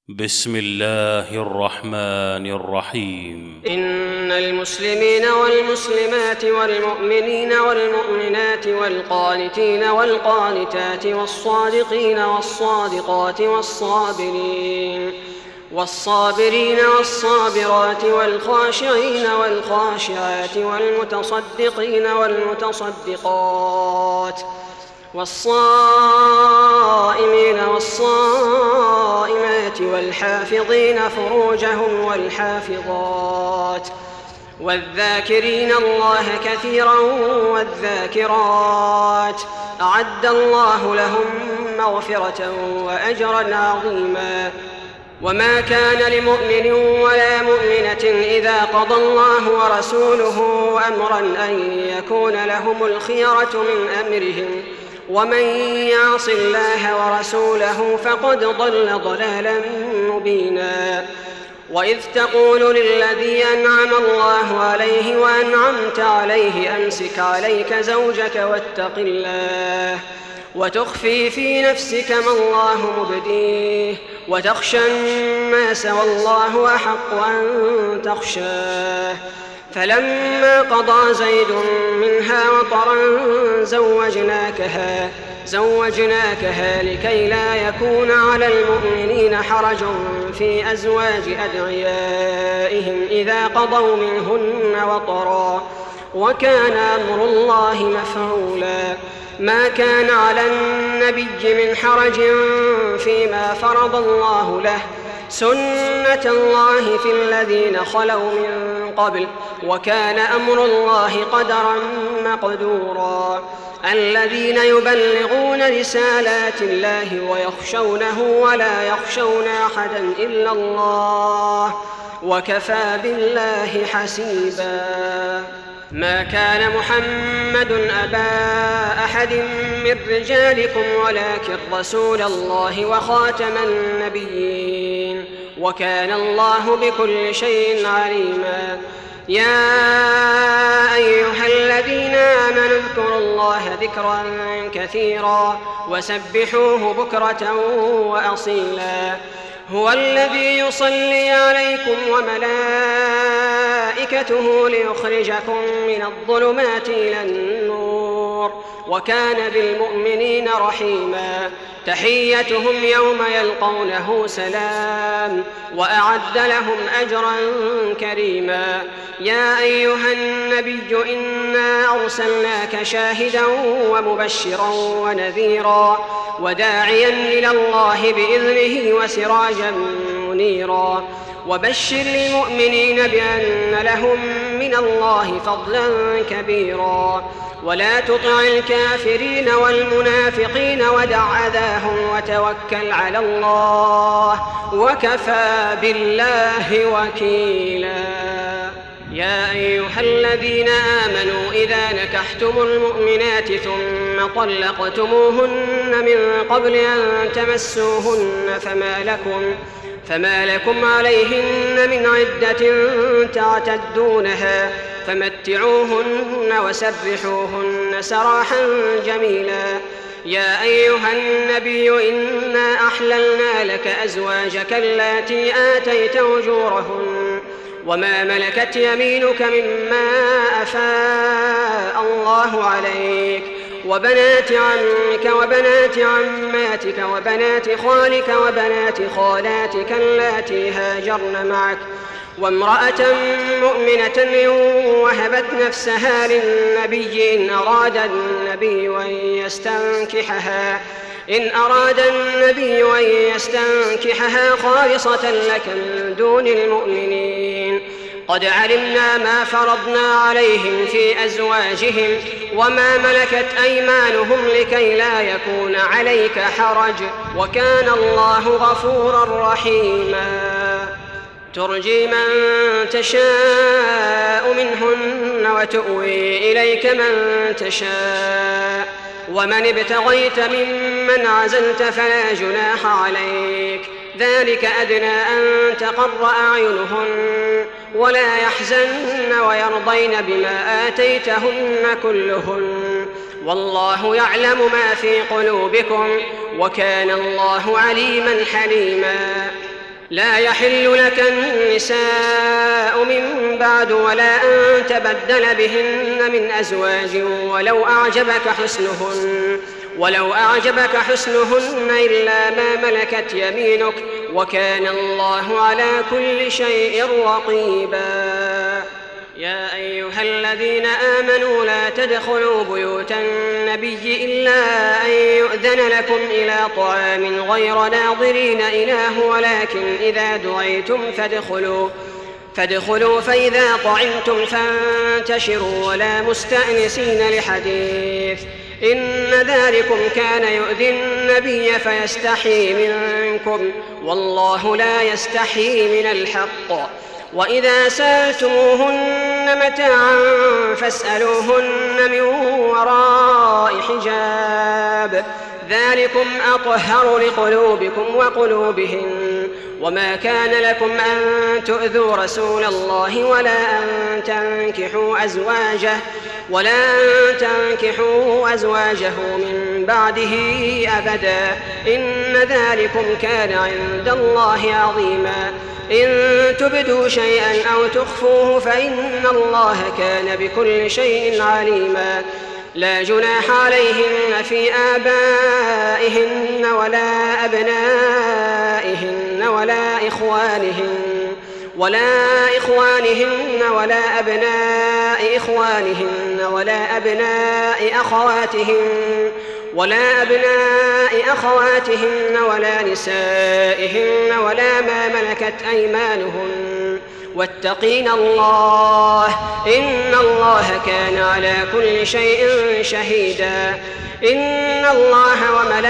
بسم الله الرحمن الرحيم. إن المسلمين والمسلمات والمؤمنين والمؤمنات والقانتين والقانتات والصادقين والصادقات والصابرين والصابرات والخاشعين والخاشعات والمتصدقين والمتصدقات والصائمين والصائمات والحافظين فروجهم والحافظات والذاكرين الله كثيرا والذاكرات أعد الله لهم مغفرة وأجرا عظيما. وما كان لمؤمن ولا مؤمنة إذا قضى الله ورسوله أمرا أن يكون لهم الخيرة من أمرهم، ومن يعص الله ورسوله فقد ضل ضلالا مبينا. وإذ تقول للذي أنعم الله عليه وأنعمت عليه أمسك عليك زوجك واتق الله وتخفي في نفسك ما الله مبديه وتخشى الناس والله أحق أن تخشاه. فلما قضى زيد منها وطرا زوجناكها لكي لا يكون على المؤمنين حرج في أزواج أدعيائهم إذا قضوا منهن وطرا، وكان أمر الله مفعولا. ما كان على النبي من حرج فيما فرض الله له، سنة الله في الذين خلوا من قبل، وكان أمر الله قدرا مقدورا. الذين يبلغون رسالات الله ويخشونه ولا يخشون أحدا إلا الله، وكفى بالله حسيبا. ما كان محمد أبا أحد من رجالكم ولكن رسول الله وخاتم النبيين، وكان الله بكل شيء عليما. يا أيها الذين آمنوا اذكروا الله ذكرا كثيرا وسبحوه بكرة وأصيلا. هو الذي يصلي عليكم وملائكته ليخرجكم من الظلمات إلى النور، وكان بالمؤمنين رحيما. تحيتهم يوم يلقونه سلام، وأعد لهم أجرا كريما. يا أيها النبي إنا أرسلناك شاهدا ومبشرا ونذيرا وداعيا إلى الله بإذنه وسراجا منيرا. وبشر المؤمنين بأن لهم من الله فضلا كبيرا. ولا تطع الكافرين والمنافقين ودع أذاهم وتوكل على الله، وكفى بالله وكيلا. يا أيها الذين آمنوا إذا نكحتم المؤمنات ثم طلقتموهن من قبل أن تمسوهن فما لكم عليهن من عدة تعتدونها، فمتعوهن وسرحوهن سراحا جميلا. يا أيها النبي إنا أحللنا لك أزواجك اللاتي آتيت أجورهن وما ملكت يمينك مما أفاء الله عليك، وبنات عمك وبنات عماتك وبنات خالك وبنات خالاتك اللاتي هاجرن معك، وامرأة مؤمنة إن وهبت نفسها للنبي إن أراد النبي أن يستنكحها خالصة لك من دون المؤمنين. قد علمنا ما فرضنا عليهم في أزواجهم وما ملكت أيمانهم لكي لا يكون عليك حرج، وكان الله غفورا رحيما. ترجي من تشاء منهن وتؤوي إليك من تشاء، ومن ابتغيت ممن عزلت فلا جناح عليك. ذلك أدنى أن تقر أعينهن ولا يحزن ويرضين بما آتيتهن كلهن، والله يعلم ما في قلوبكم، وكان الله عليما حليما. لا يحل لك النساء من بعد ولا أن تبدل بهن من أزواج ولو أعجبك حسنهن إلا ما ملكت يمينك وكان الله على كل شيء رقيبا. يا أيها الذين آمنوا لا تدخلوا بيوت النبي إلا أن يؤذن لكم إلى طعام غير ناظرين إناه ولكن إذا دعيتم فادخلوا فإذا طعمتم فانتشروا ولا مستأنسين لحديث إن ذلكم كان يؤذي النبي فيستحي منكم والله لا يستحي من الحق. وإذا سألتموهن متاعا فاسألوهن من وراء حجاب ذلكم أطهر لقلوبكم وقلوبهن. وما كان لكم أن تؤذوا رسول الله ولا أن تنكحوا أزواجه من بعده أبدا إن ذلكم كان عند الله عظيما. إن تبدوا شيئا أو تخفوه فإن الله كان بكل شيء عليما. لا جناح عليهن في آبائهن ولا أبنائهن ولا إخوانهن ولا أبناء إخوانهن ولا أبناء أخواتهن ولا نسائهن ولا ما ملكت أيمانهن واتقين الله إن الله كان على كل شيء شهيدا. إن الله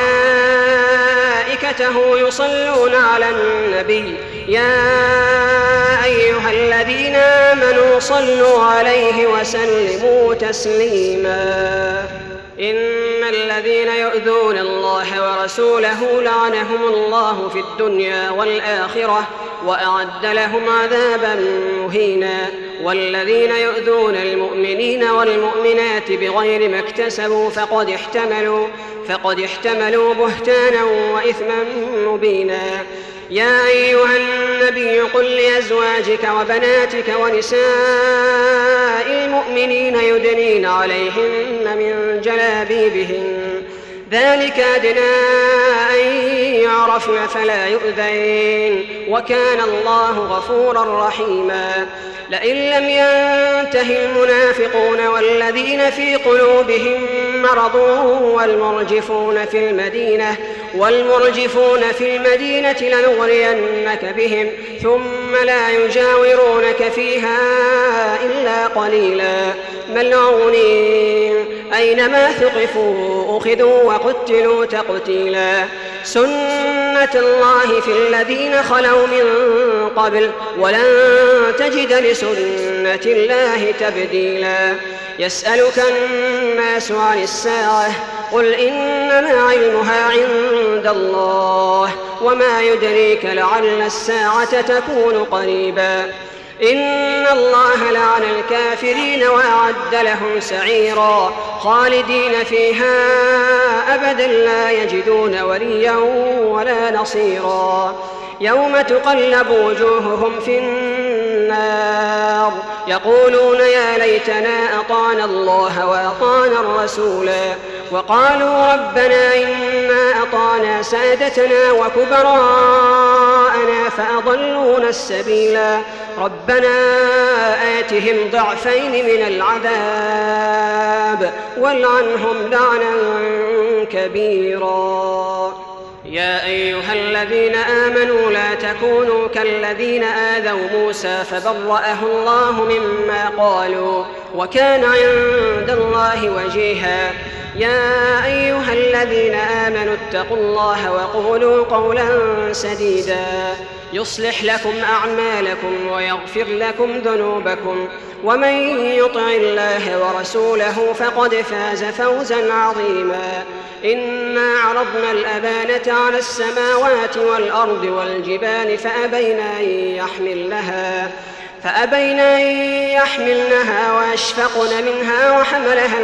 وملائكته يصلون على النبي يا أيها الذين آمنوا صلوا عليه وسلموا تسليما. إن الذين يؤذون الله ورسوله لعنهم الله في الدنيا والآخرة وأعد لهم عذابا مهينا. والذين يؤذون المؤمنين والمؤمنات بغير ما اكتسبوا فقد احتملوا بهتانا وإثما مبينا. يا أيها النبي قل لأزواجك وبناتك ونساء المؤمنين يدنين عليهن من جلابيبهن ذلك أدنى أن يعرفن فلا يؤذين وكان الله غفورا رحيما. لئن لم ينته المنافقون والذين في قلوبهم مرض والمرجفون في المدينة لنغرينك بهم ثم لا يجاورونك فيها إلا قليلا ملعونين أينما ثقفوا أخذوا وقتلوا تقتيلا. سنة الله في الذين خلوا من قبل ولن تجد لسنة الله تبديلا. يسألك الناس عن الساعة قل إنما علمها عند الله وما يدريك لعل الساعة تكون قريبا. إن الله لعن الكافرين وأعد لهم سعيرا خالدين فيها أبدا لا يجدون وليا ولا نصيرا. يوم تقلب وجوههم في النار يقولون يا ليتنا أطعنا الله وأطعنا الرسولا وقالوا ربنا إنا أطعنا سادتنا وكبراءنا فأضلونا السبيلا. ربنا آتهم ضعفين من العذاب والعنهم لعنا كبيرا. يا أيها الذين آمنوا لا تكونوا كالذين آذوا موسى فبرأه الله مما قالوا وكان عند الله وجيها. يا أيها الذين آمنوا اتقوا الله وقولوا قولا سديدا يصلح لكم أعمالكم ويغفر لكم ذنوبكم ومن يطع الله ورسوله فقد فاز فوزا عظيما. إنا عرضنا الأمانة على السماوات والأرض والجبال فأبين أن يحملنها وأشفقن منها وحملها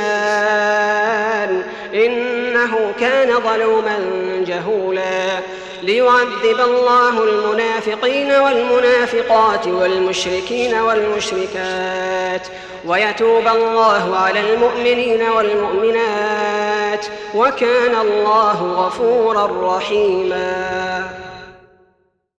الإنسان إنه كان ظلوما جهولا. ليعذب الله المنافقين والمنافقات والمشركين والمشركات ويتوب الله على المؤمنين والمؤمنات وكان الله غفورا رحيما.